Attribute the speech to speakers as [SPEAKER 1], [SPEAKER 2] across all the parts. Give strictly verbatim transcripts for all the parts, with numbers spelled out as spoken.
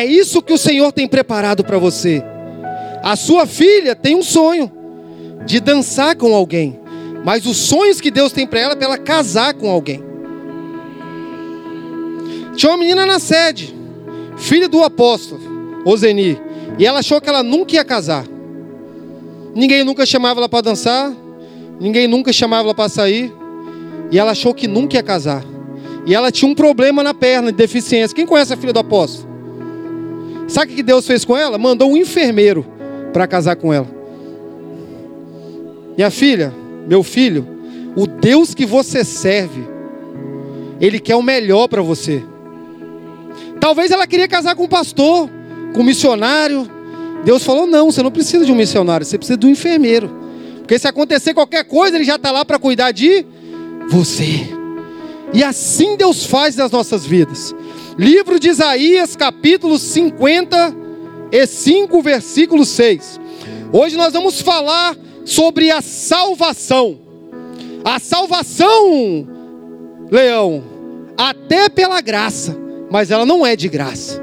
[SPEAKER 1] É isso que o Senhor tem preparado para você. A sua filha tem um sonho de dançar com alguém, mas os sonhos que Deus tem para ela é para ela casar com alguém. Tinha uma menina na sede, filha do apóstolo Ozeni, e ela achou que ela nunca ia casar. Ninguém nunca chamava ela para dançar, ninguém nunca chamava ela para sair, e ela achou que nunca ia casar. E ela tinha um problema na perna, de deficiência. Quem conhece a filha do apóstolo? Sabe o que Deus fez com ela? Mandou um enfermeiro para casar com ela. Minha filha, meu filho, o Deus que você serve, Ele quer o melhor para você. Talvez ela queria casar com um pastor, com um missionário. Deus falou, não, você não precisa de um missionário, você precisa de um enfermeiro. Porque se acontecer qualquer coisa, Ele já está lá para cuidar de você. E assim Deus faz nas nossas vidas. Livro de Isaías, capítulo cinquenta e cinco, versículo seis. Hoje nós vamos falar sobre a salvação. A salvação, Leão, até pela graça, mas ela não é de graça.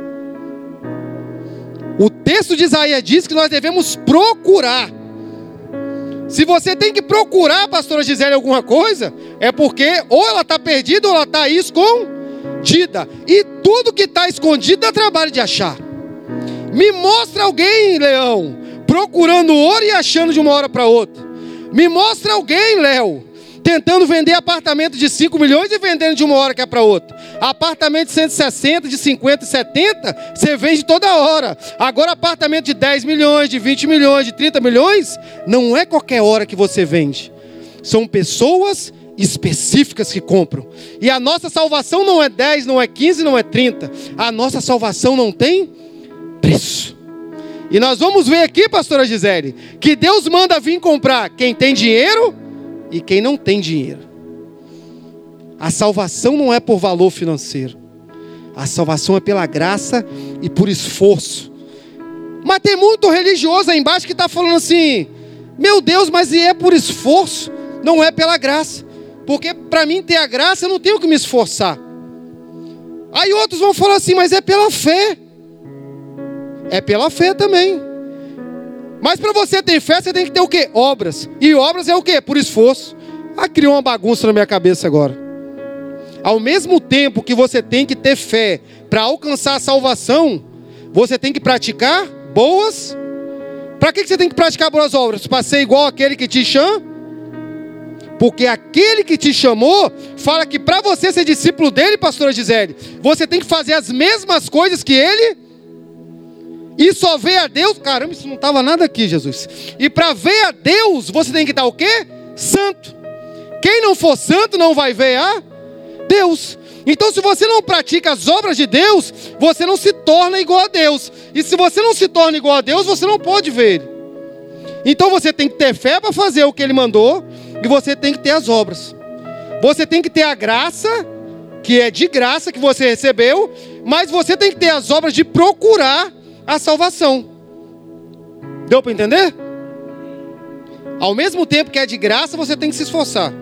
[SPEAKER 1] O texto de Isaías diz que nós devemos procurar. Se você tem que procurar, pastora Gisele, alguma coisa, é porque ou ela está perdida ou ela está escondida. E tudo que está escondido dá trabalho de achar. Me mostra alguém, Leão, procurando ouro e achando de uma hora para outra. Me mostra alguém, Léo, tentando vender apartamento de cinco milhões e vendendo de uma hora que é para outra. Apartamento de cento e sessenta, de cinquenta e setenta, você vende toda hora. Agora apartamento de dez milhões, de vinte milhões, de trinta milhões, não é qualquer hora que você vende. São pessoas específicas que compram. E a nossa salvação não é dez, não é quinze, não é trinta. A nossa salvação não tem preço. E nós vamos ver aqui, pastora Gisele, que Deus manda vir comprar quem tem dinheiro e quem não tem dinheiro. A salvação não é por valor financeiro. A salvação é pela graça e por esforço. Mas tem muito religioso aí embaixo que está falando assim, meu Deus, mas e é por esforço? Não é pela graça. Porque para mim ter a graça eu não tenho que me esforçar. Aí outros vão falar assim, mas é pela fé. É pela fé também. Mas para você ter fé, você tem que ter o quê? Obras. E obras é o quê? Por esforço. Ah, criou uma bagunça na minha cabeça agora. Ao mesmo tempo que você tem que ter fé para alcançar a salvação, você tem que praticar boas. Para que você tem que praticar boas obras? Para ser igual aquele que te chama? Porque aquele que te chamou, fala que para você ser discípulo dele, pastora Gisele, você tem que fazer as mesmas coisas que ele. E só ver a Deus, caramba, isso não estava nada aqui, Jesus. E para ver a Deus, você tem que estar o quê? Santo. Quem não for santo não vai ver a Deus. Então se você não pratica as obras de Deus, você não se torna igual a Deus. E se você não se torna igual a Deus, você não pode ver Ele. Então você tem que ter fé para fazer o que Ele mandou, e você tem que ter as obras. Você tem que ter a graça, que é de graça que você recebeu, mas você tem que ter as obras de procurar a salvação. Deu para entender? Ao mesmo tempo que é de graça, você tem que se esforçar.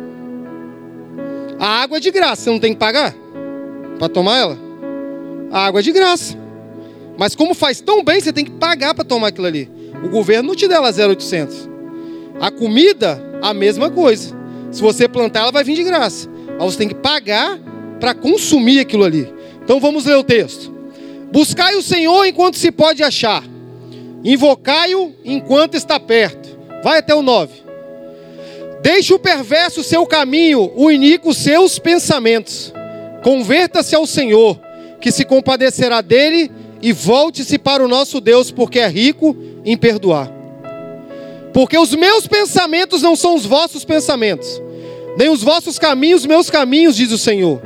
[SPEAKER 1] A água é de graça, você não tem que pagar para tomar ela? A água é de graça. Mas como faz tão bem, você tem que pagar para tomar aquilo ali. O governo não te dá ela zero vírgula oitocentos. A comida, a mesma coisa. Se você plantar, ela vai vir de graça. Aí você tem que pagar para consumir aquilo ali. Então vamos ler o texto. Buscai o Senhor enquanto se pode achar. Invocai-o enquanto está perto. Vai até o nove. Deixe o perverso seu caminho, o iníquo seus pensamentos. Converta-se ao Senhor, que se compadecerá dele, e volte-se para o nosso Deus, porque é rico em perdoar. Porque os meus pensamentos não são os vossos pensamentos, nem os vossos caminhos, meus caminhos, diz o Senhor.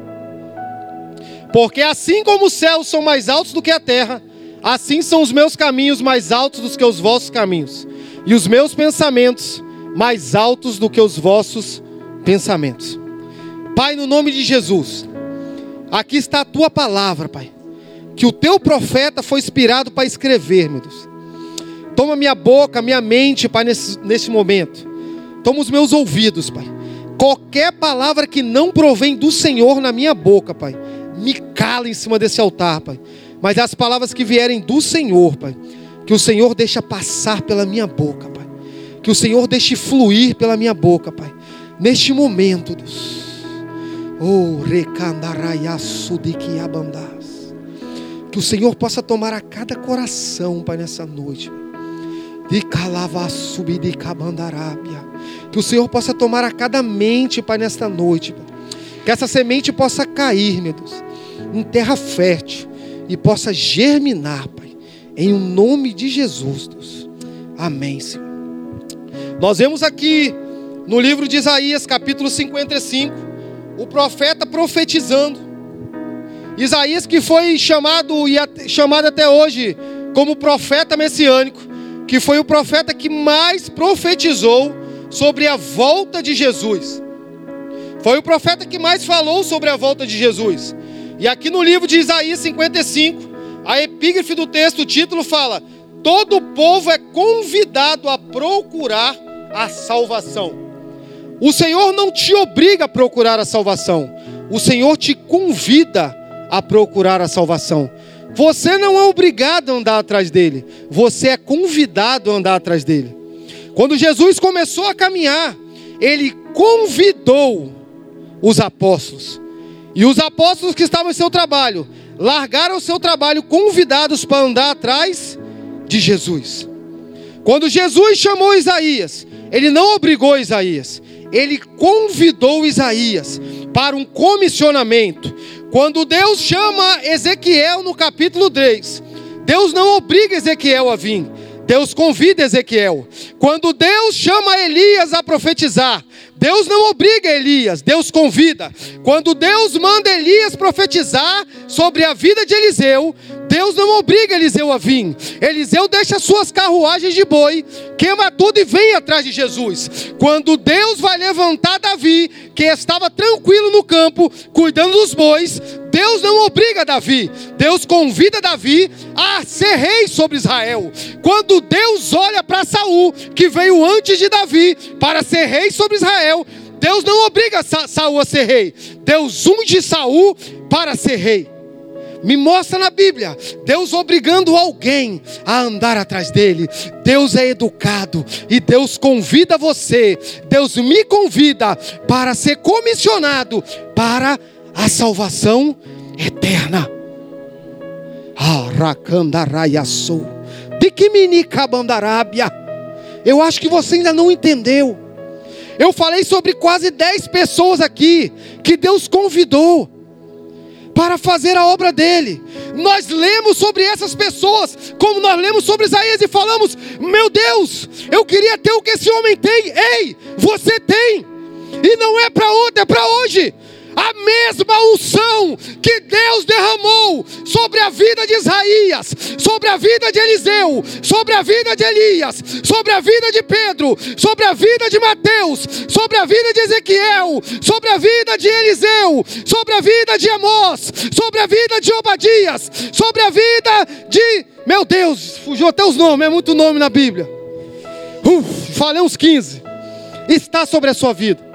[SPEAKER 1] Porque assim como os céus são mais altos do que a terra, assim são os meus caminhos mais altos do que os vossos caminhos, e os meus pensamentos mais altos do que os vossos pensamentos. Pai, no nome de Jesus, aqui está a tua palavra, Pai, que o teu profeta foi inspirado para escrever, meu Deus. Toma minha boca, minha mente, Pai, nesse, nesse momento. Toma os meus ouvidos, Pai. Qualquer palavra que não provém do Senhor na minha boca, Pai, me cala em cima desse altar, Pai. mas as palavras que vierem do Senhor, Pai, que o Senhor deixa passar pela minha boca, Pai. Que o Senhor deixe fluir pela minha boca, Pai. Neste momento, Deus. Oh, recandaraiaçudiquiabandás. Que o Senhor possa tomar a cada coração, Pai, nessa noite. De calavaçubidicabandarábia. Que o Senhor possa tomar a cada mente, Pai, nesta noite, Pai. Que essa semente possa cair, meu Deus, em terra fértil e possa germinar, Pai, em o nome de Jesus, Deus. Amém, Senhor. Nós vemos aqui no livro de Isaías, capítulo cinquenta e cinco, o profeta profetizando. Isaías, que foi chamado e chamado até hoje como profeta messiânico, que foi o profeta que mais profetizou sobre a volta de Jesus. Foi o profeta que mais falou sobre a volta de Jesus. E aqui no livro de Isaías cinquenta e cinco, a epígrafe do texto, o título fala: todo o povo é convidado a procurar a salvação. O Senhor não te obriga a procurar a salvação. O Senhor te convida a procurar a salvação. Você não é obrigado a andar atrás dele. Você é convidado a andar atrás dele. Quando Jesus começou a caminhar, ele convidou os apóstolos. E os apóstolos que estavam em seu trabalho, largaram o seu trabalho convidados para andar atrás de Jesus. Quando Jesus chamou Isaías, ele não obrigou Isaías, ele convidou Isaías para um comissionamento. Quando Deus chama Ezequiel no capítulo três, Deus não obriga Ezequiel a vir, Deus convida Ezequiel. Quando Deus chama Elias a profetizar, Deus não obriga Elias, Deus convida. Quando Deus manda Elias profetizar sobre a vida de Eliseu, Deus não obriga Eliseu a vir. Eliseu deixa suas carruagens de boi, queima tudo e vem atrás de Jesus. Quando Deus vai levantar Davi, que estava tranquilo no campo, cuidando dos bois, Deus não obriga Davi. Deus convida Davi a ser rei sobre Israel. Quando Deus olha para Saul, que veio antes de Davi, para ser rei sobre Israel, Deus não obriga Saul a ser rei. Deus unge Saul para ser rei. Me mostra na Bíblia Deus obrigando alguém a andar atrás dele. Deus é educado e Deus convida você, Deus me convida para ser comissionado para a salvação eterna. Eu acho que você ainda não entendeu. Eu falei sobre quase dez pessoas aqui que Deus convidou para fazer a obra dele. Nós lemos sobre essas pessoas, como nós lemos sobre Isaías, e falamos: meu Deus, eu queria ter o que esse homem tem. Ei, você tem, e não é para ontem, é para hoje. A mesma unção que Deus derramou sobre a vida de Isaías, sobre a vida de Eliseu, sobre a vida de Elias, sobre a vida de Pedro, sobre a vida de Mateus, sobre a vida de Ezequiel, sobre a vida de Eliseu, sobre a vida de Amós, sobre a vida de Obadias, sobre a vida de... Meu Deus, fugiu até os nomes, é muito nome na Bíblia. Uf, falei uns quinze. Está sobre a sua vida.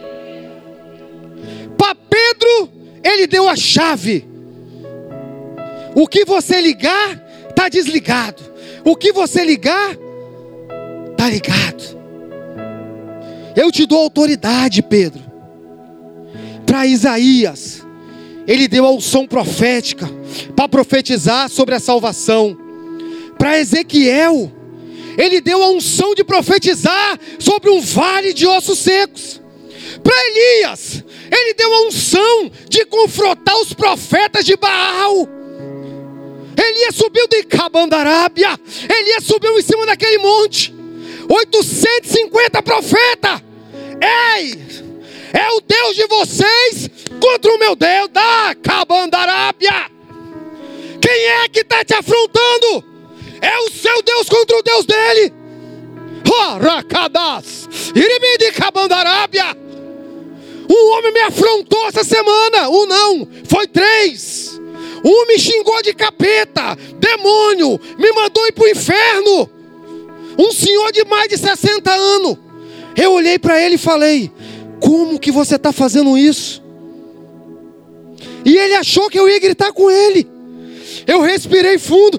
[SPEAKER 1] Para Pedro, ele deu a chave. O que você ligar, está desligado. O que você ligar, está ligado. Eu te dou autoridade, Pedro. Para Isaías, ele deu a unção profética para profetizar sobre a salvação. Para Ezequiel, ele deu a unção de profetizar sobre um vale de ossos secos. Para Elias, ele deu a unção de confrontar os profetas de Baal. Elias subiu de Cabandarábia. Elias subiu em cima daquele monte. oitocentos e cinquenta profetas. Ei, é o Deus de vocês contra o meu Deus da Cabandarábia. Quem é que está te afrontando? É o seu Deus contra o Deus dele. Rakadas, Irimi de Cabandarábia. Um homem me afrontou essa semana. Um não, foi três. Um me xingou de capeta, demônio, me mandou ir para o inferno. Um senhor de mais de sessenta anos. Eu olhei para ele e falei: como que você está fazendo isso? E ele achou que eu ia gritar com ele. Eu respirei fundo.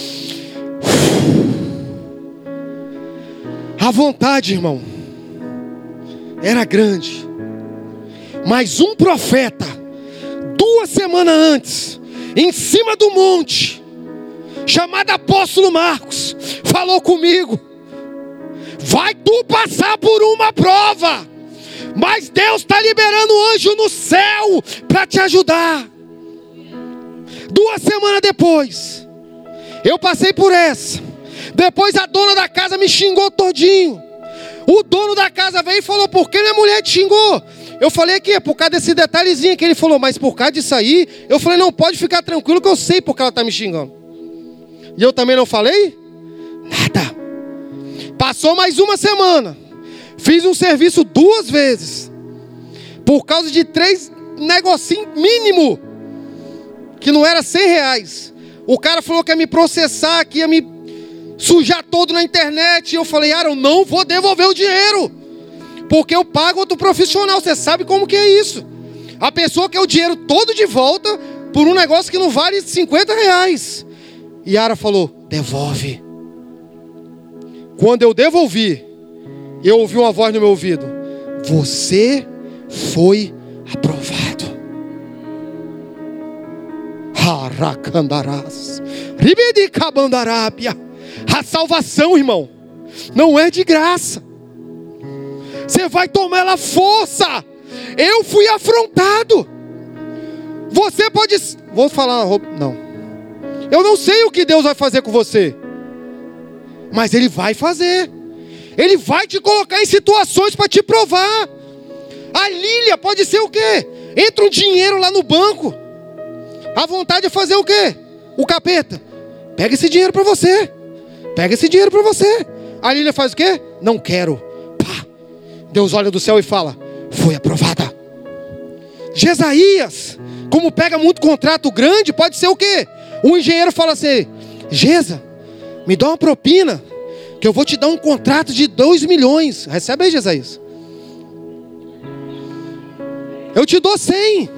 [SPEAKER 1] A vontade, irmão, era grande. Mas um profeta, duas semanas antes, em cima do monte, chamado apóstolo Marcos, falou comigo: vai tu passar por uma prova, mas Deus está liberando um anjo no céu para te ajudar. Duas semanas depois, eu passei por essa. Depois a dona da casa me xingou todinho. O dono da casa veio e falou: por que minha mulher te xingou? Eu falei aqui, é por causa desse detalhezinho que ele falou, mas por causa disso aí, eu falei: não, pode ficar tranquilo que eu sei porque ela está me xingando. E eu também não falei nada. Passou mais uma semana. Fiz um serviço duas vezes. Por causa de três negocinhos mínimo. Que não era cem reais. O cara falou que ia me processar, que ia me sujar todo na internet. E eu falei: Aaron, não vou devolver o dinheiro. Porque eu pago outro profissional. Você sabe como que é isso. A pessoa quer o dinheiro todo de volta por um negócio que não vale cinquenta reais. E Aaron falou: devolve. Quando eu devolvi, eu ouvi uma voz no meu ouvido: você foi aprovado. Haracandarás, Ribidicabandarábia. A salvação, irmão, não é de graça. Você vai tomar ela força. Eu fui afrontado. Você pode... Vou falar... Não. Eu não sei o que Deus vai fazer com você. Mas Ele vai fazer. Ele vai te colocar em situações para te provar. A Lília pode ser o quê? Entra um dinheiro lá no banco. A vontade é fazer o quê? O capeta. Pega esse dinheiro para você. Pega esse dinheiro para você. A Lília faz o quê? Não quero. Pá. Deus olha do céu e fala: foi aprovada. Jesaías, como pega muito contrato grande, pode ser o quê? Um engenheiro fala assim: Gesa, me dá uma propina, que eu vou te dar um contrato de dois milhões. Recebe aí, Jesaías. Eu te dou cem.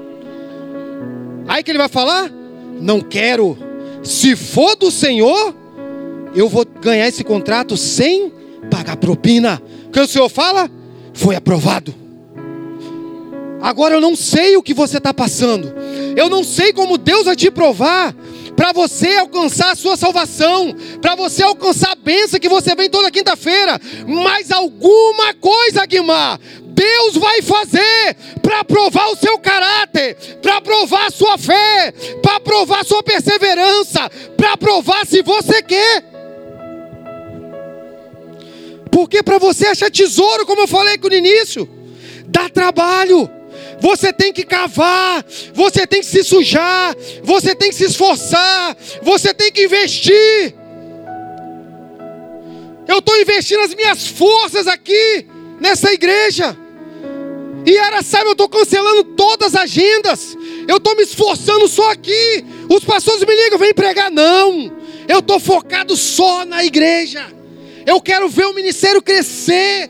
[SPEAKER 1] Aí que ele vai falar: não quero. Se for do Senhor, eu vou ganhar esse contrato sem pagar propina. O que o Senhor fala? Foi aprovado. Agora eu não sei o que você está passando. Eu não sei como Deus vai te provar para você alcançar a sua salvação, para você alcançar a bênção que você vem toda quinta-feira. Mas alguma coisa, Guimar, Deus vai fazer para provar o seu caráter, para provar a sua fé, para provar a sua perseverança, para provar se você quer. Porque para você achar tesouro, como eu falei aqui no início, dá trabalho. Você tem que cavar, você tem que se sujar, você tem que se esforçar, você tem que investir. Eu estou investindo as minhas forças aqui, nessa igreja. E era, sabe, eu estou cancelando todas as agendas. Eu estou me esforçando só aqui. Os pastores me ligam: vem pregar. Não, eu estou focado só na igreja. Eu quero ver o ministério crescer.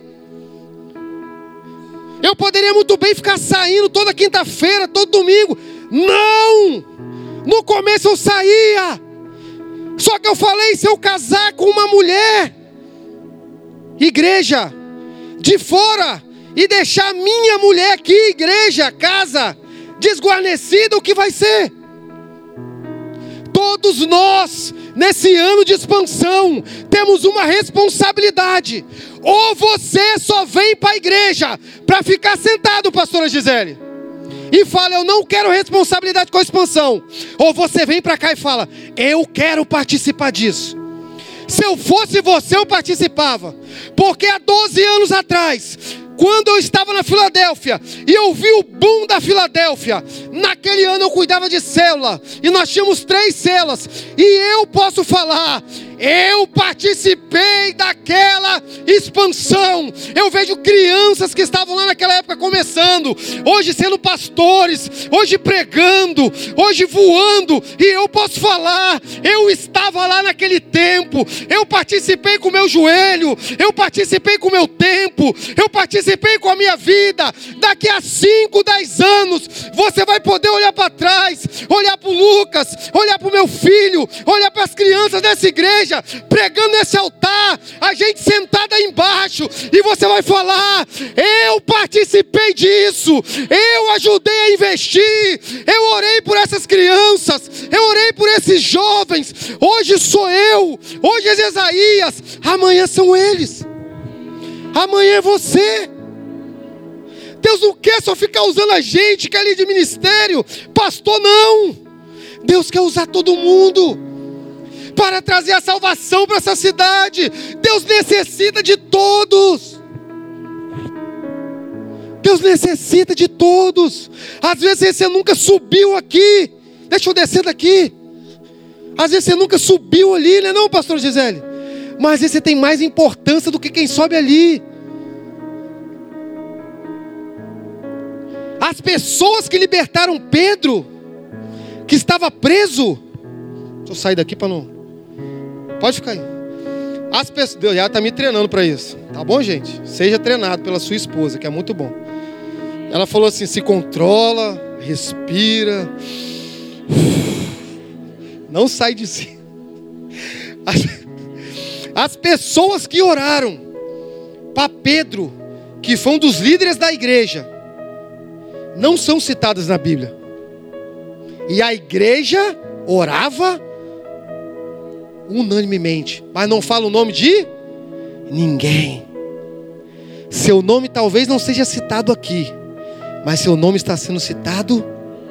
[SPEAKER 1] Eu poderia muito bem ficar saindo toda quinta-feira, todo domingo. Não! No começo eu saía. Só que eu falei: se eu casar com uma mulher, igreja, de fora, e deixar a minha mulher aqui, igreja, casa, desguarnecida, o que vai ser? Todos nós, nesse ano de expansão, temos uma responsabilidade. Ou você só vem para a igreja para ficar sentado, pastora Gisele, e fala: eu não quero responsabilidade com a expansão. Ou você vem para cá e fala: eu quero participar disso. Se eu fosse você, eu participava. Porque há doze anos atrás, quando eu estava na Filadélfia e eu vi o boom da Filadélfia, naquele ano eu cuidava de célula, e nós tínhamos três células, e eu posso falar, Eu participei daquela expansão. Eu vejo crianças que estavam lá naquela época começando, hoje sendo pastores, hoje pregando, hoje voando. E eu posso falar, eu estava lá naquele tempo. Eu participei com o meu joelho, eu participei com o meu tempo, eu participei com a minha vida. Daqui a cinco, dez anos, você vai poder olhar para trás, olhar para o Lucas, olhar para o meu filho, olhar para as crianças dessa igreja, pregando nesse altar, a gente sentada aí embaixo, e você vai falar: eu participei disso, eu ajudei a investir, eu orei por essas crianças, eu orei por esses jovens. Hoje sou eu, hoje é Isaías, amanhã são eles, amanhã é você. Deus não quer só ficar usando a gente que é ali de ministério, pastor, não. Deus quer usar todo mundo para trazer a salvação para essa cidade. Deus necessita de todos. Deus necessita de todos. Às vezes você nunca subiu aqui. Deixa eu descer daqui. Às vezes você nunca subiu ali, né, não, pastor Gisele? Mas às vezes você tem mais importância do que quem sobe ali. As pessoas que libertaram Pedro, que estava preso. Deixa eu sair daqui para não... Pode ficar aí. As pessoas... Deus já está me treinando para isso. Tá bom, gente? Seja treinado pela sua esposa, que é muito bom. Ela falou assim: se controla, respira, não sai de si. As, as pessoas que oraram para Pedro, que foi um dos líderes da igreja, não são citadas na Bíblia. E a igreja orava unanimemente, mas não fala o nome de ninguém. Seu nome talvez não seja citado aqui, mas seu nome está sendo citado.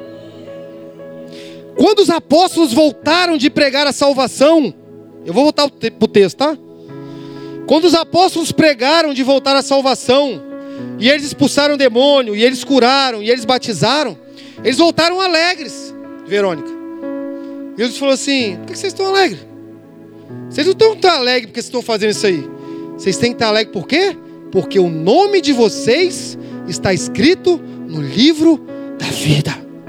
[SPEAKER 1] Quando os apóstolos voltaram de pregar a salvação, eu vou voltar para o texto, tá? Quando os apóstolos pregaram de voltar à salvação, e eles expulsaram o demônio, e eles curaram, e eles batizaram, eles voltaram alegres, Verônica. E Jesus falou assim: por que vocês estão alegres? Vocês não estão tão alegres porque vocês estão fazendo isso aí. Vocês têm que estar alegres por quê? Porque o nome de vocês está escrito no livro da vida.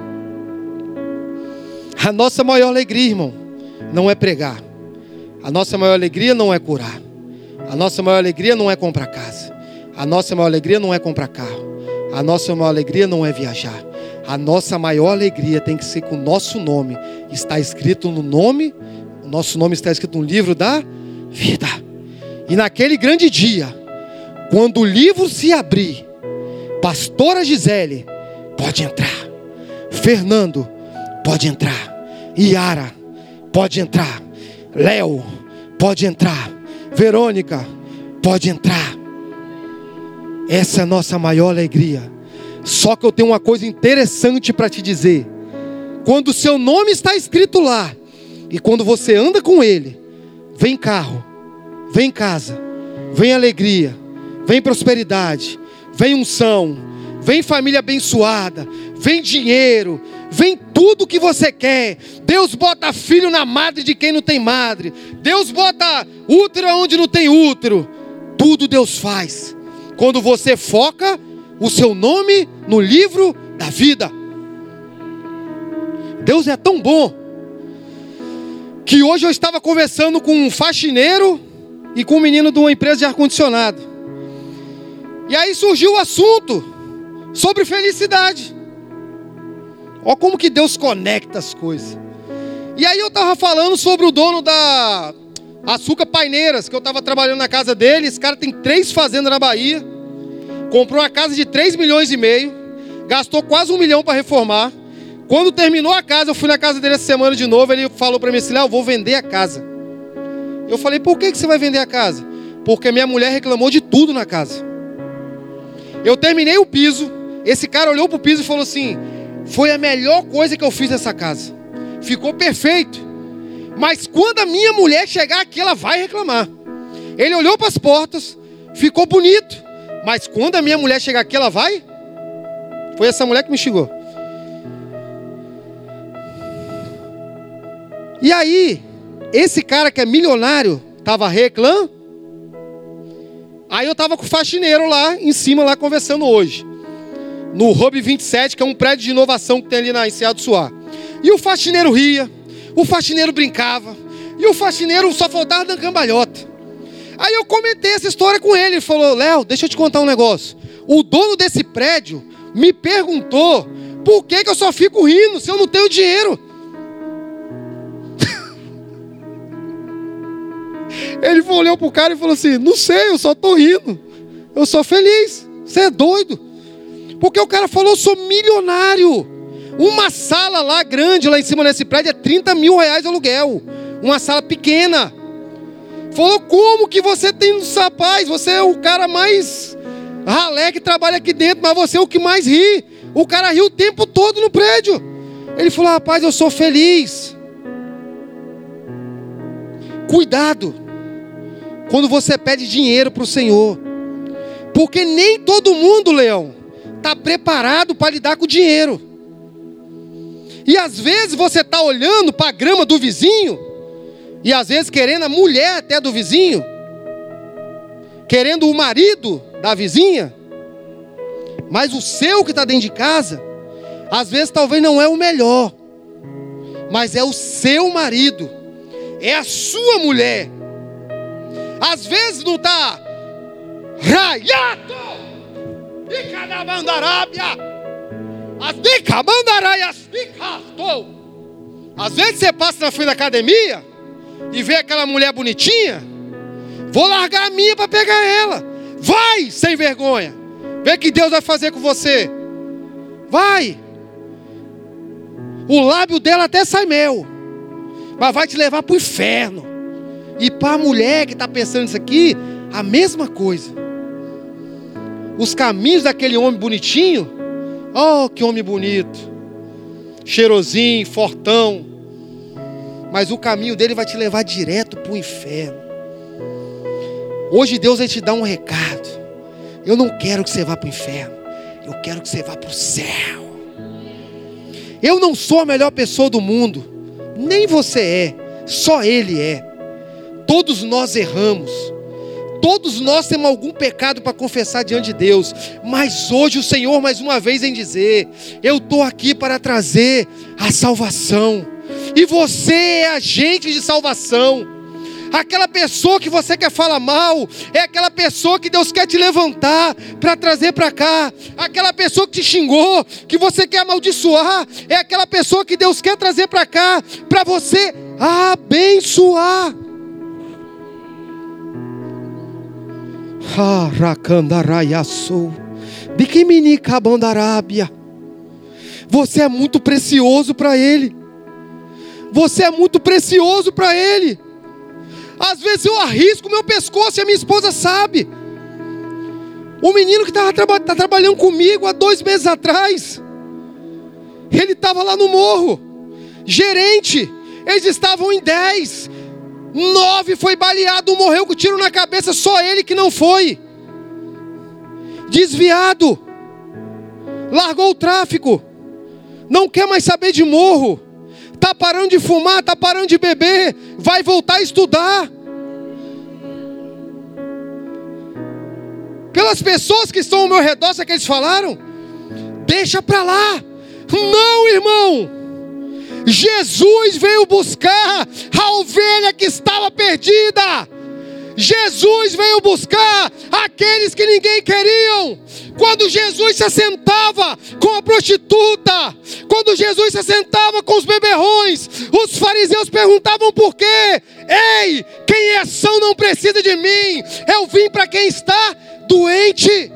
[SPEAKER 1] A nossa maior alegria, irmão, não é pregar. A nossa maior alegria não é curar. A nossa maior alegria não é comprar casa. A nossa maior alegria não é comprar carro. A nossa maior alegria não é viajar. A nossa maior alegria tem que ser que o nosso nome está escrito no nome, o nosso nome está escrito no livro da vida. E naquele grande dia, quando o livro se abrir, pastora Gisele pode entrar, Fernando pode entrar, Yara pode entrar, Léo pode entrar, Verônica pode entrar. Essa é a nossa maior alegria. Só que eu tenho uma coisa interessante para te dizer. Quando o seu nome está escrito lá, e quando você anda com ele, vem carro, vem casa, vem alegria, vem prosperidade, vem unção, vem família abençoada, vem dinheiro, vem tudo que você quer. Deus bota filho na madre de quem não tem madre. Deus bota útero onde não tem útero. Tudo Deus faz quando você foca o seu nome no livro da vida. Deus é tão bom que hoje eu estava conversando com um faxineiro e com um menino de uma empresa de ar-condicionado. E aí surgiu o assunto sobre felicidade. Olha como que Deus conecta as coisas. E aí eu estava falando sobre o dono da Açúcar Paineiras, que eu estava trabalhando na casa dele. Esse cara tem três fazendas na Bahia. Comprou uma casa de três milhões e meio. Gastou quase um milhão para reformar. Quando terminou a casa, eu fui na casa dele essa semana de novo. Ele falou para mim assim: Léo, eu vou vender a casa. Eu falei: por que que você vai vender a casa? Porque minha mulher reclamou de tudo na casa. Eu terminei o piso. Esse cara olhou para o piso e falou assim: foi a melhor coisa que eu fiz nessa casa. Ficou perfeito. Mas quando a minha mulher chegar aqui, ela vai reclamar. Ele olhou para as portas. Ficou bonito. Mas quando a minha mulher chegar aqui, ela vai? Foi essa mulher que me xingou. E aí, esse cara que é milionário estava reclamando. Aí eu estava com o faxineiro lá em cima, lá conversando hoje. No Hub vinte e sete, que é um prédio de inovação que tem ali na Enseada do Suá. E o faxineiro ria, o faxineiro brincava, e o faxineiro só faltava dando cambalhota. Aí eu comentei essa história com ele, ele falou: Léo, deixa eu te contar um negócio. O dono desse prédio me perguntou por que que eu só fico rindo se eu não tenho dinheiro. Ele olhou pro cara e falou assim: não sei, eu só tô rindo, eu sou feliz. Você é doido? Porque o cara falou: sou milionário. Uma sala lá grande, lá em cima nesse prédio, é trinta mil reais de aluguel. Uma sala pequena. Falou: como que você tem uns rapaz? Você é o cara mais ralé que trabalha aqui dentro, mas você é o que mais ri. O cara ri o tempo todo no prédio. Ele falou: rapaz, eu sou feliz. Cuidado quando você pede dinheiro para o Senhor, porque nem todo mundo, Leão, está preparado para lidar com o dinheiro. E às vezes você está olhando para a grama do vizinho, e às vezes querendo a mulher até do vizinho, querendo o marido da vizinha, mas o seu que está dentro de casa, às vezes talvez não é o melhor, mas é o seu marido, é a sua mulher. Às vezes não está raiato e cada mandarábia, as dica mandaraias ficasto. Às vezes você passa na frente da academia e vê aquela mulher bonitinha, vou largar a minha para pegar ela. Vai, sem vergonha. Vê o que Deus vai fazer com você. Vai. O lábio dela até sai mel, mas vai te levar para o inferno. E para a mulher que está pensando nisso aqui, a mesma coisa. Os caminhos daquele homem bonitinho, oh, que homem bonito, cheirosinho, fortão, mas o caminho dele vai te levar direto para o inferno. Hoje Deus vai te dar um recado: eu não quero que você vá para o inferno, eu quero que você vá para o céu. Eu não sou a melhor pessoa do mundo, nem você é, só Ele é. Todos nós erramos, todos nós temos algum pecado para confessar diante de Deus, mas hoje o Senhor mais uma vez vem dizer: eu estou aqui para trazer a salvação, e você é agente de salvação. Aquela pessoa que você quer falar mal, é aquela pessoa que Deus quer te levantar para trazer para cá. Aquela pessoa que te xingou, que você quer amaldiçoar, é aquela pessoa que Deus quer trazer para cá, para você abençoar. Você é muito precioso para Ele. Você é muito precioso para Ele. Às vezes eu arrisco meu pescoço e a minha esposa sabe. O menino que estava traba- tá trabalhando comigo há dois meses atrás, ele estava lá no morro, gerente. Eles estavam em dez. Nove foi baleado, um morreu com tiro na cabeça, só ele que não foi. Desviado. Largou o tráfico. Não quer mais saber de morro. Está parando de fumar, está parando de beber. Vai voltar a estudar. Pelas pessoas que estão ao meu redor, sabe o que eles falaram? Deixa para lá. Não, irmão. Jesus veio buscar a ovelha que estava perdida. Jesus veio buscar aqueles que ninguém queriam. Quando Jesus se assentava com a prostituta, quando Jesus se assentava com os beberrões, os fariseus perguntavam por quê? Ei, quem é são não precisa de mim, eu vim para quem está doente.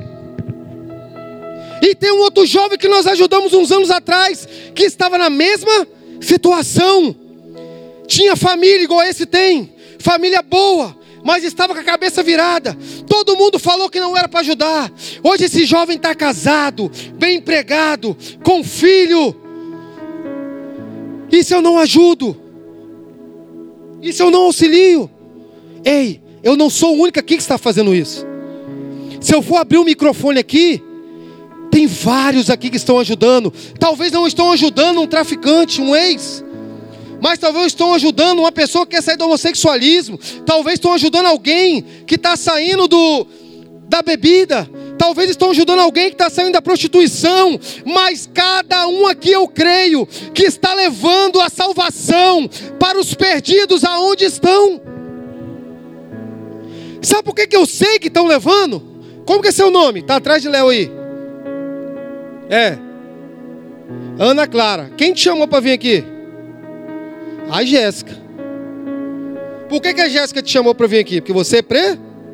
[SPEAKER 1] E tem um outro jovem que nós ajudamos uns anos atrás, que estava na mesma situação. Tinha família igual esse tem, família boa, mas estava com a cabeça virada. Todo mundo falou que não era para ajudar. Hoje esse jovem está casado, bem empregado, com filho. E se eu não ajudo? E se eu não auxilio? Ei, eu não sou o único aqui que está fazendo isso. Se eu for abrir o microfone aqui, tem vários aqui que estão ajudando. Talvez não estão ajudando um traficante, um ex, Mas talvez estão ajudando uma pessoa que quer sair do homossexualismo. Talvez estão ajudando alguém que está saindo do, da bebida. Talvez estão ajudando alguém que está saindo da prostituição. Mas cada um aqui eu creio que está levando a salvação para os perdidos aonde estão. Sabe por que, que eu sei que estão levando? Como que é seu nome? Está atrás de Léo aí. É. Ana Clara. Quem te chamou para vir aqui? A Jéssica. Por que, que a Jéssica te chamou para vir aqui? Porque você é pré?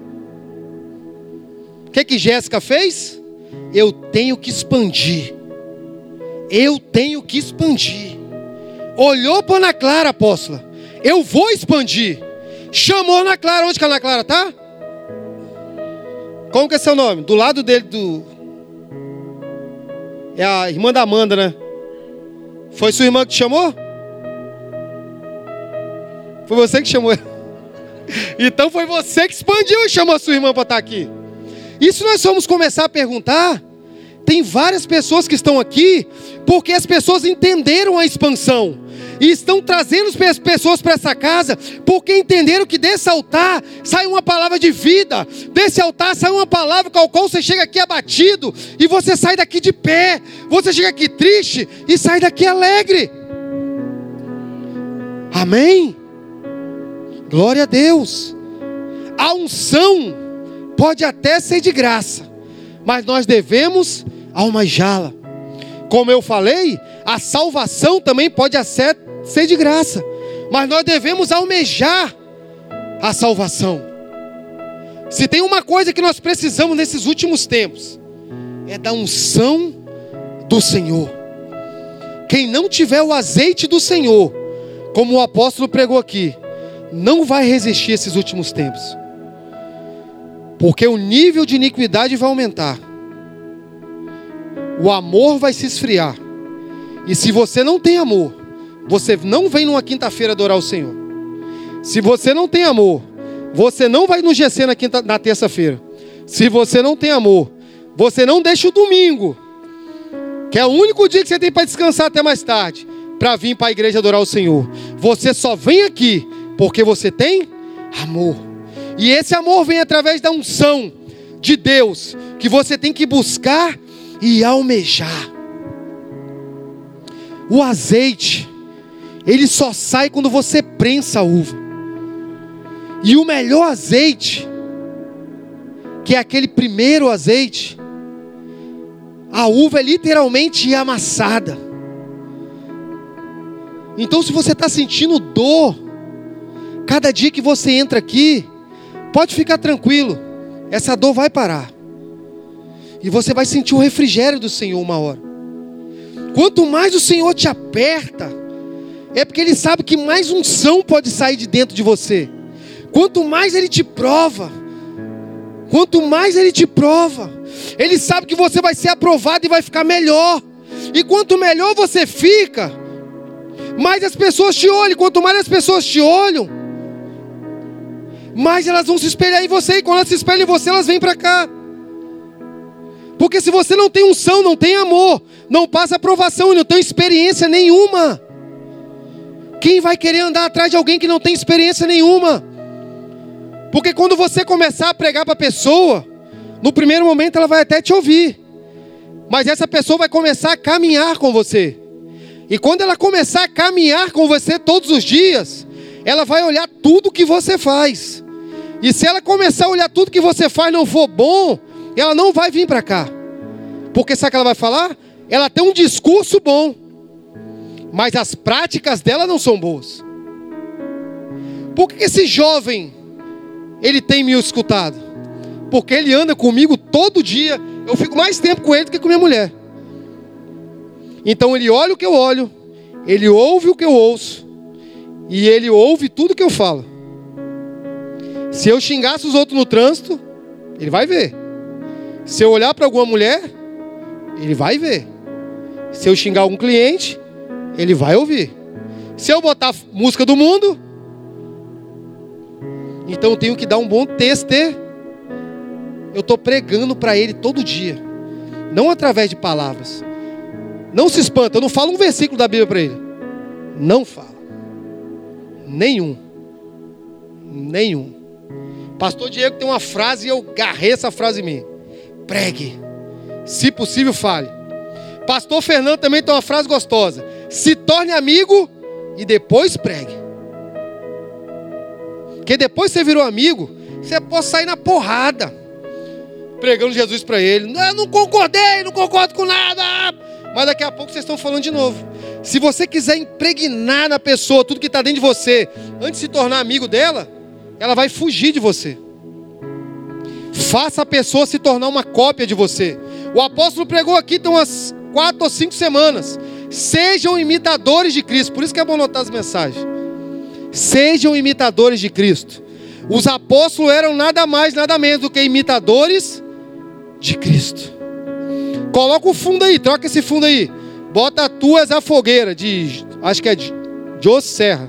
[SPEAKER 1] O que que Jéssica fez? Eu tenho que expandir. Eu tenho que expandir. Olhou para Ana Clara, apóstola. Eu vou expandir. Chamou Ana Clara. Onde que a Ana Clara está? Como que é seu nome? Do lado dele do... É a irmã da Amanda, né? Foi sua irmã que te chamou? Foi você que chamou ela. Então foi você que expandiu e chamou a sua irmã para estar aqui. E se nós formos começar a perguntar, tem várias pessoas que estão aqui porque as pessoas entenderam a expansão e estão trazendo as pessoas para essa casa porque entenderam que desse altar sai uma palavra de vida, desse altar sai uma palavra com a qual você chega aqui abatido e você sai daqui de pé, você chega aqui triste e sai daqui alegre. Amém? Glória a Deus. A unção pode até ser de graça, mas nós devemos almejá-la. Como eu falei, a salvação também pode ser de graça, mas nós devemos almejar a salvação. Se tem uma coisa que nós precisamos nesses últimos tempos, é da unção do Senhor. Quem não tiver o azeite do Senhor, como o apóstolo pregou aqui, não vai resistir a esses últimos tempos. Porque o nível de iniquidade vai aumentar. O amor vai se esfriar. E se você não tem amor, você não vem numa quinta-feira adorar o Senhor. Se você não tem amor, você não vai no G C na, quinta, na terça-feira. Se você não tem amor, você não deixa o domingo, que é o único dia que você tem para descansar até mais tarde, para vir para a igreja adorar o Senhor. Você só vem aqui porque você tem amor. E esse amor vem através da unção de Deus, que você tem que buscar e almejar. O azeite, ele só sai quando você prensa a uva. E o melhor azeite, que é aquele primeiro azeite, a uva é literalmente amassada. Então, se você está sentindo dor, cada dia que você entra aqui, pode ficar tranquilo, essa dor vai parar. E você vai sentir o refrigério do Senhor uma hora. Quanto mais o Senhor te aperta, é porque Ele sabe que mais unção pode sair de dentro de você. Quanto mais Ele te prova, quanto mais Ele te prova, Ele sabe que você vai ser aprovado e vai ficar melhor. E quanto melhor você fica, mais as pessoas te olham. Quanto mais as pessoas te olham, mais elas vão se espelhar em você. E quando elas se espelham em você, elas vêm para cá. Porque se você não tem unção, não tem amor, não passa aprovação e não tem experiência nenhuma, quem vai querer andar atrás de alguém que não tem experiência nenhuma? Porque quando você começar a pregar para a pessoa, no primeiro momento ela vai até te ouvir, mas essa pessoa vai começar a caminhar com você. E quando ela começar a caminhar com você todos os dias, ela vai olhar tudo que você faz. E se ela começar a olhar tudo que você faz não for bom, ela não vai vir para cá. Porque sabe o que ela vai falar? Ela tem um discurso bom, mas as práticas dela não são boas. Por que esse jovem, ele tem me escutado? Porque ele anda comigo todo dia. Eu fico mais tempo com ele do que com minha mulher. Então ele olha o que eu olho, ele ouve o que eu ouço, e ele ouve tudo que eu falo. Se eu xingasse os outros no trânsito, ele vai ver. Se eu olhar para alguma mulher, ele vai ver. Se eu xingar algum cliente, ele vai ouvir. Se eu botar música do mundo, então eu tenho que dar um bom texto. Eu estou pregando para ele todo dia, não através de palavras. Não se espanta, eu não falo um versículo da Bíblia para ele. Não falo. Nenhum. Nenhum. Pastor Diego tem uma frase e eu agarrei essa frase em mim. Pregue. Se possível, fale. Pastor Fernando também tem uma frase gostosa. Se torne amigo e depois pregue. Porque depois que você virou amigo, você pode sair na porrada, pregando Jesus para ele. Não, não concordei, não concordo com nada. Mas daqui a pouco vocês estão falando de novo. Se você quiser impregnar na pessoa tudo que está dentro de você, antes de se tornar amigo dela, ela vai fugir de você. Faça a pessoa se tornar uma cópia de você. O apóstolo pregou aqui tem umas quatro ou cinco semanas. Sejam imitadores de Cristo. Por isso que é bom notar as mensagens. Sejam imitadores de Cristo. Os apóstolos eram nada mais, nada menos do que imitadores de Cristo. Coloca o fundo aí, troca esse fundo aí. Bota Tu És a Fogueira, de, acho que é de José Serra.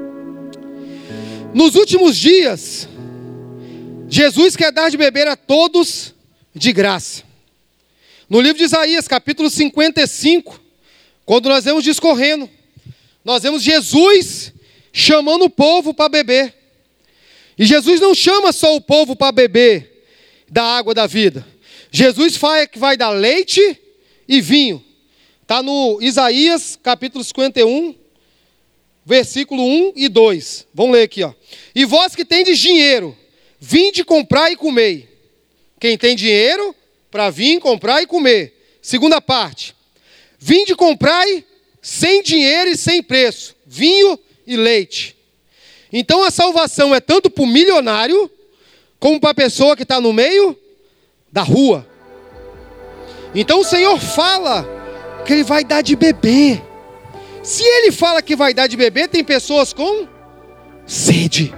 [SPEAKER 1] Nos últimos dias, Jesus quer dar de beber a todos de graça. No livro de Isaías, capítulo cinquenta e cinco, quando nós vemos discorrendo, nós vemos Jesus chamando o povo para beber. E Jesus não chama só o povo para beber da água da vida. Jesus fala que vai dar leite e vinho. Está no Isaías, capítulo cinquenta e um, versículo um e dois. Vamos ler aqui, ó. E vós que tendes dinheiro, vinde comprar e comer. Quem tem dinheiro, para vir comprar e comer. Segunda parte. Vinde comprar sem dinheiro e sem preço, vinho e leite. Então a salvação é tanto para o milionário, como para a pessoa que está no meio da rua. Então o Senhor fala que Ele vai dar de beber. Se Ele fala que vai dar de beber, tem pessoas com sede.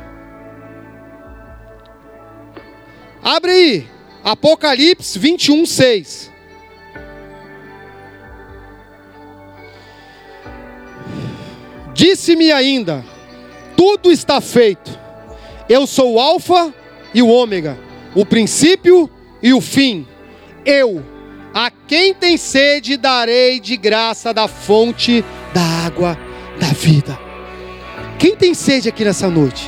[SPEAKER 1] Abre aí, Apocalipse vinte e um, seis. Disse-me ainda, tudo está feito. Eu sou o Alfa e o Ômega, o princípio e o fim. Eu, a quem tem sede, darei de graça da fonte da água da vida. Quem tem sede aqui nessa noite?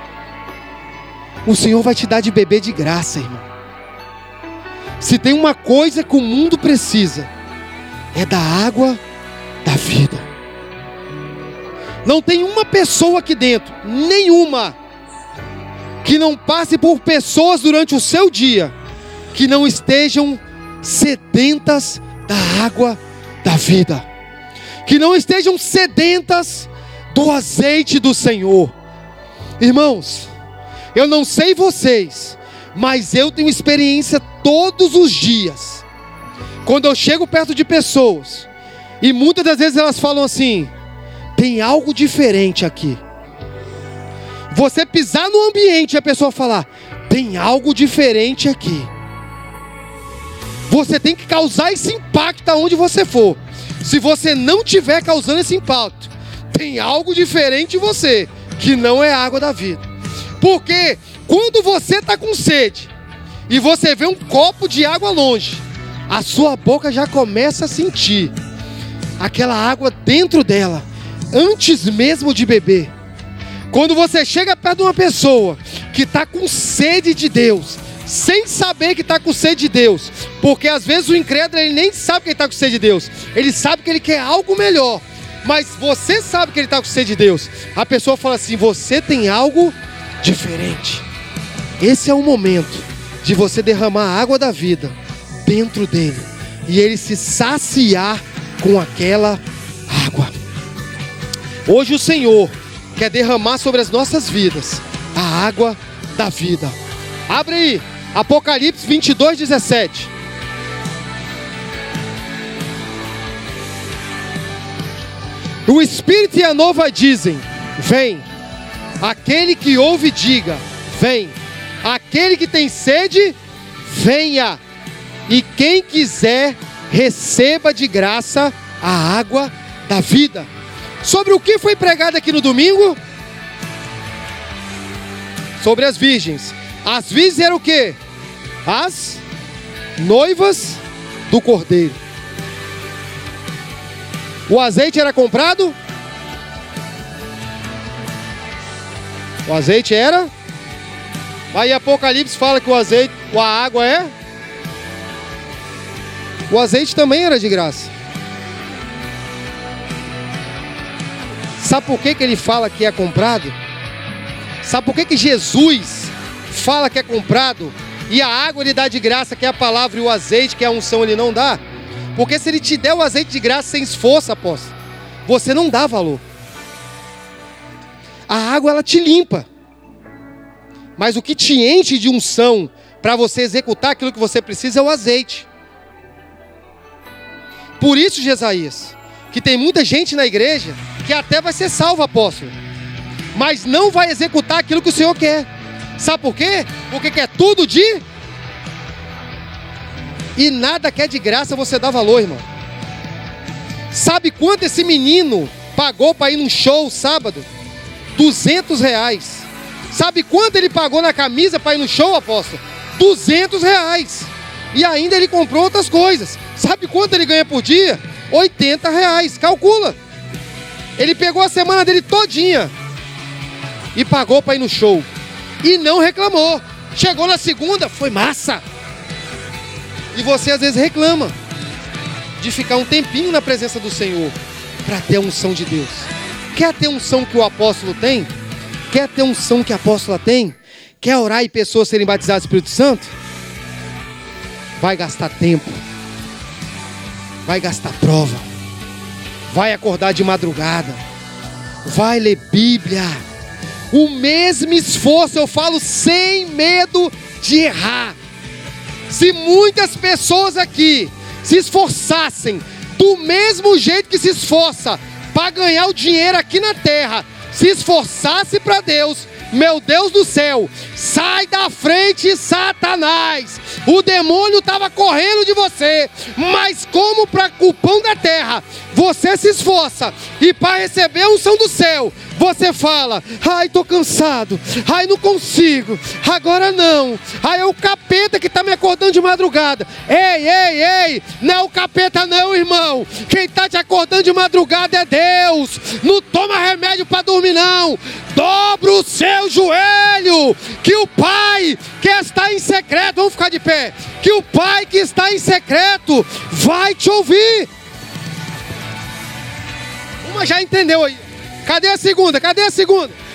[SPEAKER 1] O Senhor vai te dar de beber de graça, irmão. Se tem uma coisa que o mundo precisa, é da água da vida. Não tem uma pessoa aqui dentro, nenhuma, que não passe por pessoas durante o seu dia, que não estejam sedentas da água da vida, que não estejam sedentas do azeite do Senhor. Irmãos, eu não sei vocês, mas eu tenho experiência todos os dias, quando eu chego perto de pessoas, e muitas das vezes elas falam assim, tem algo diferente aqui. Você pisar no ambiente e a pessoa falar, tem algo diferente aqui. Você tem que causar esse impacto aonde você for. Se você não tiver causando esse impacto, tem algo diferente em você, que não é a água da vida. Porque quando você está com sede, e você vê um copo de água longe, a sua boca já começa a sentir aquela água dentro dela, antes mesmo de beber. Quando você chega perto de uma pessoa que está com sede de Deus, sem saber que está com sede de Deus, porque às vezes o incrédulo ele nem sabe que ele está com sede de Deus, ele sabe que ele quer algo melhor, mas você sabe que ele está com sede de Deus. A pessoa fala assim, você tem algo diferente. Esse é o momento de você derramar a água da vida dentro dele, e ele se saciar com aquela água. Hoje o Senhor quer derramar sobre as nossas vidas a água da vida. Abre aí, Apocalipse vinte e dois, dezessete. O Espírito e a noiva dizem, vem. Aquele que ouve diga, vem. Aquele que tem sede, venha. E quem quiser, receba de graça a água da vida. Sobre o que foi pregado aqui no domingo? Sobre as virgens. As virgens eram o quê? As noivas do Cordeiro. O azeite era comprado? O azeite era? Aí Apocalipse fala que o azeite, a água é? O azeite também era de graça. Sabe por que que ele fala que é comprado? Sabe por que que Jesus fala que é comprado? E a água ele dá de graça, que é a palavra, e o azeite, que é a unção, ele não dá? Porque se ele te der o azeite de graça sem esforço, apóstolo, você não dá valor. A água ela te limpa. Mas o que te enche de unção para você executar aquilo que você precisa é o azeite. Por isso, Jesaías, que tem muita gente na igreja que até vai ser salvo, apóstolo, mas não vai executar aquilo que o Senhor quer. Sabe por quê? Porque quer tudo de... E nada que é de graça você dá valor, irmão. Sabe quanto esse menino pagou para ir num show sábado? duzentos reais. Sabe quanto ele pagou na camisa para ir no show, apóstolo? duzentos reais. E ainda ele comprou outras coisas. Sabe quanto ele ganha por dia? oitenta reais. Calcula. Ele pegou a semana dele todinha e pagou para ir no show. E não reclamou. Chegou na segunda, foi massa. E você às vezes reclama de ficar um tempinho na presença do Senhor para ter a unção de Deus. Quer ter a unção que o apóstolo tem? Quer ter a unção que a apóstola tem? Quer orar e pessoas serem batizadas do Espírito Santo? Vai gastar tempo. Vai gastar prova. Vai acordar de madrugada. Vai ler Bíblia. O mesmo esforço, eu falo sem medo de errar. Se muitas pessoas aqui se esforçassem do mesmo jeito que se esforça para ganhar o dinheiro aqui na terra, se esforçasse para Deus, meu Deus do céu, sai da frente, Satanás. O demônio estava correndo de você, mas como para o pão da terra, você se esforça, e para receber a unção do céu, você fala: ai, tô cansado, ai, não consigo, agora não, ai, é o capeta que está me acordando de madrugada. Ei, ei, ei, não é o capeta não, irmão. Quem está te acordando de madrugada é Deus. Não toma remédio para dormir não. Dobra o seu joelho, que o Pai que está em secreto, vamos ficar de pé, que o Pai que está em secreto vai te ouvir. Uma já entendeu aí. Cadê a segunda? Cadê a segunda?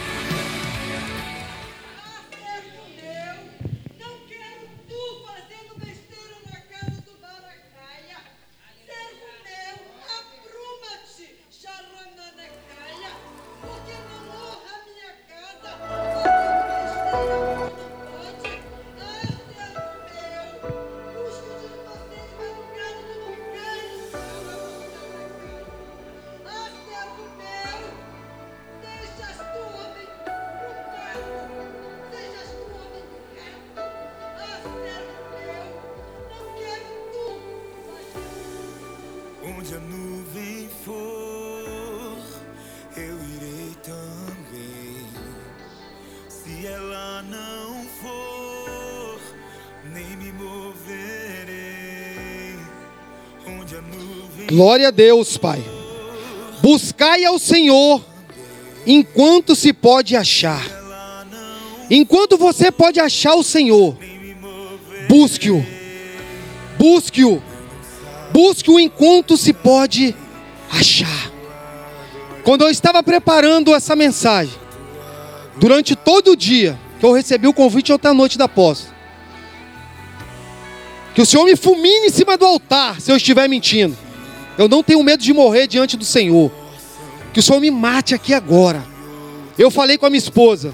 [SPEAKER 2] Onde a nuvem for, eu irei também. Se ela não for, nem me moverei. Onde a nuvem...
[SPEAKER 1] Glória a Deus, Pai. Buscai ao Senhor enquanto se pode achar. Enquanto você pode achar o Senhor, busque-o. Busque-o. Busque-o enquanto se pode achar. Quando eu estava preparando essa mensagem, durante todo o dia, que eu recebi o convite ontem à noite da apóstola, que o Senhor me fulmine em cima do altar, se eu estiver mentindo. Eu não tenho medo de morrer diante do Senhor. Que o Senhor me mate aqui agora. Eu falei com a minha esposa: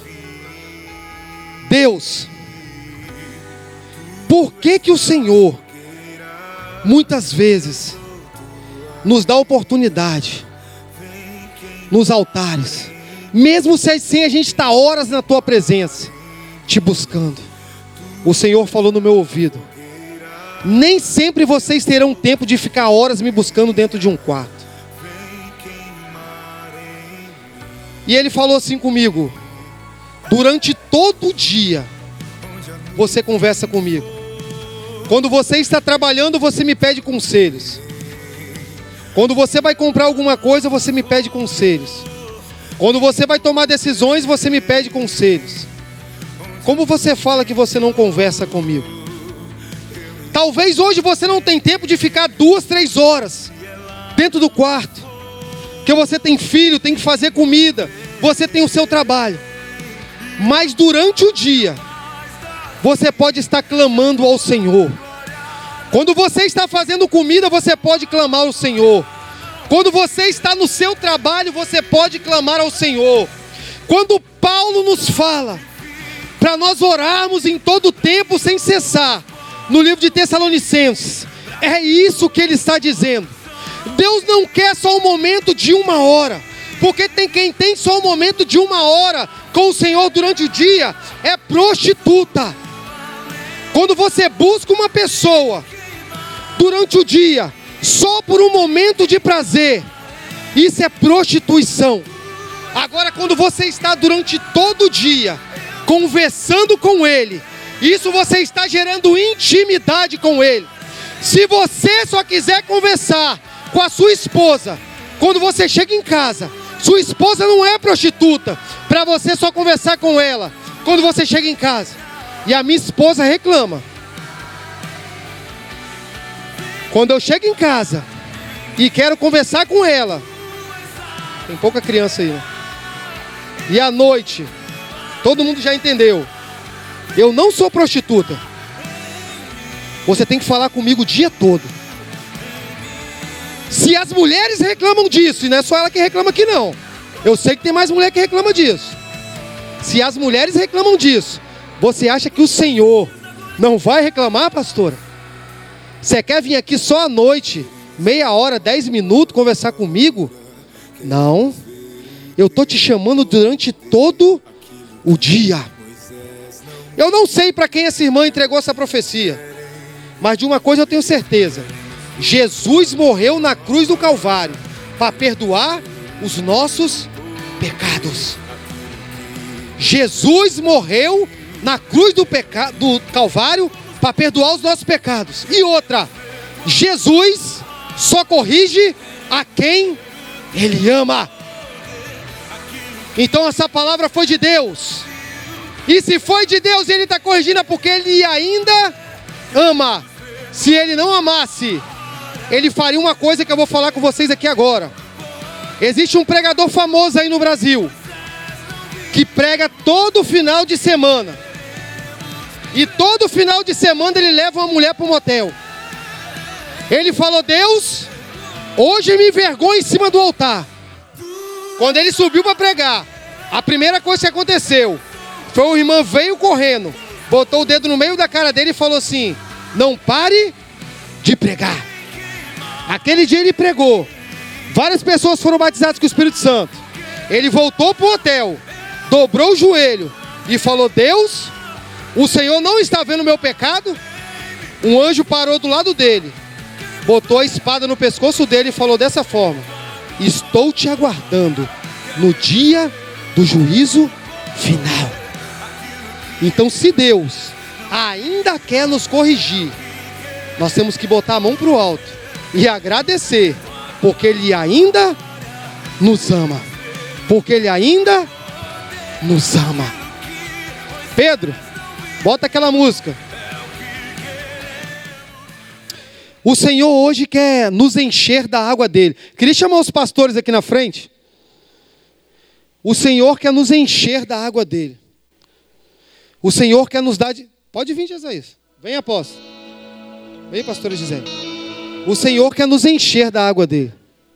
[SPEAKER 1] Deus, por que que o Senhor muitas vezes nos dá oportunidade nos altares, mesmo sem a gente estar horas na tua presença, te buscando? O Senhor falou no meu ouvido: nem sempre vocês terão tempo de ficar horas me buscando dentro de um quarto. E Ele falou assim comigo: durante todo o dia você conversa comigo. Quando você está trabalhando, você me pede conselhos. Quando você vai comprar alguma coisa, você me pede conselhos. Quando você vai tomar decisões, você me pede conselhos. Como você fala que você não conversa comigo? Talvez hoje você não tenha tempo de ficar duas, três horas dentro do quarto. Porque você tem filho, tem que fazer comida, você tem o seu trabalho. Mas durante o dia, você pode estar clamando ao Senhor. Quando você está fazendo comida, você pode clamar ao Senhor. Quando você está no seu trabalho, você pode clamar ao Senhor. Quando Paulo nos fala para nós orarmos em todo tempo sem cessar, no livro de Tessalonicenses, é isso que ele está dizendo. Deus não quer só um momento de uma hora, porque tem quem tem só um momento de uma hora com o Senhor durante o dia, é prostituta. Quando você busca uma pessoa durante o dia, só por um momento de prazer, isso é prostituição. Agora, quando você está durante todo o dia conversando com ele, isso você está gerando intimidade com ele. Se você só quiser conversar com a sua esposa, quando você chega em casa, sua esposa não é prostituta, para você só conversar com ela, quando você chega em casa. E a minha esposa reclama. Quando eu chego em casa e quero conversar com ela, tem pouca criança aí, né? E à noite, todo mundo já entendeu, eu não sou prostituta. Você tem que falar comigo o dia todo. Se as mulheres reclamam disso, e não é só ela que reclama aqui não, eu sei que tem mais mulher que reclama disso. Se as mulheres reclamam disso, você acha que o Senhor não vai reclamar, pastora? Você quer vir aqui só à noite, meia hora, dez minutos, conversar comigo? Não. Eu estou te chamando durante todo o dia. Eu não sei para quem essa irmã entregou essa profecia, mas de uma coisa eu tenho certeza. Jesus morreu na cruz do Calvário para perdoar os nossos pecados. Jesus morreu na cruz do, peca... do Calvário para perdoar os nossos pecados. E outra, Jesus só corrige a quem Ele ama. Então essa palavra foi de Deus. E se foi de Deus, Ele está corrigindo é porque Ele ainda ama. Se Ele não amasse, Ele faria uma coisa que eu vou falar com vocês aqui agora. Existe um pregador famoso aí no Brasil, que prega todo final de semana. E todo final de semana ele leva uma mulher para o motel. Ele falou: Deus, hoje me envergonha em cima do altar. Quando ele subiu para pregar, a primeira coisa que aconteceu foi o irmão veio correndo, botou o dedo no meio da cara dele e falou assim: não pare de pregar. Aquele dia ele pregou. Várias pessoas foram batizadas com o Espírito Santo. Ele voltou para o hotel, dobrou o joelho e falou: Deus, o Senhor não está vendo o meu pecado? Um anjo parou do lado dele, botou a espada no pescoço dele e falou dessa forma: estou te aguardando no dia do juízo final. Então, se Deus ainda quer nos corrigir, nós temos que botar a mão para o alto e agradecer, porque Ele ainda nos ama. Porque Ele ainda nos ama. Pedro, bota aquela música. O Senhor hoje quer nos encher da água dele. Queria chamar os pastores aqui na frente. O Senhor quer nos encher da água dele. O Senhor quer nos dar de... Pode vir, Jesus. Vem, apóstolo. Vem, pastora Gisele. O Senhor quer nos encher da água dele.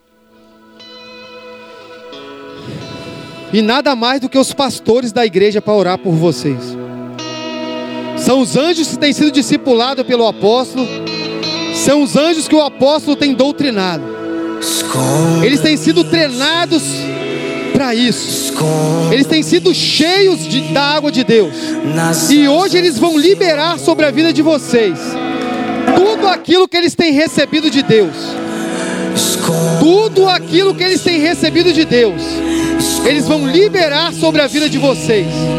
[SPEAKER 1] E nada mais do que os pastores da igreja para orar por vocês. São os anjos que têm sido discipulados pelo apóstolo. São os anjos que o apóstolo tem doutrinado. Eles têm sido treinados para isso. Eles têm sido cheios de, da água de Deus. E hoje eles vão liberar sobre a vida de vocês tudo aquilo que eles têm recebido de Deus. Tudo aquilo que eles têm recebido de Deus, eles vão liberar sobre a vida de vocês.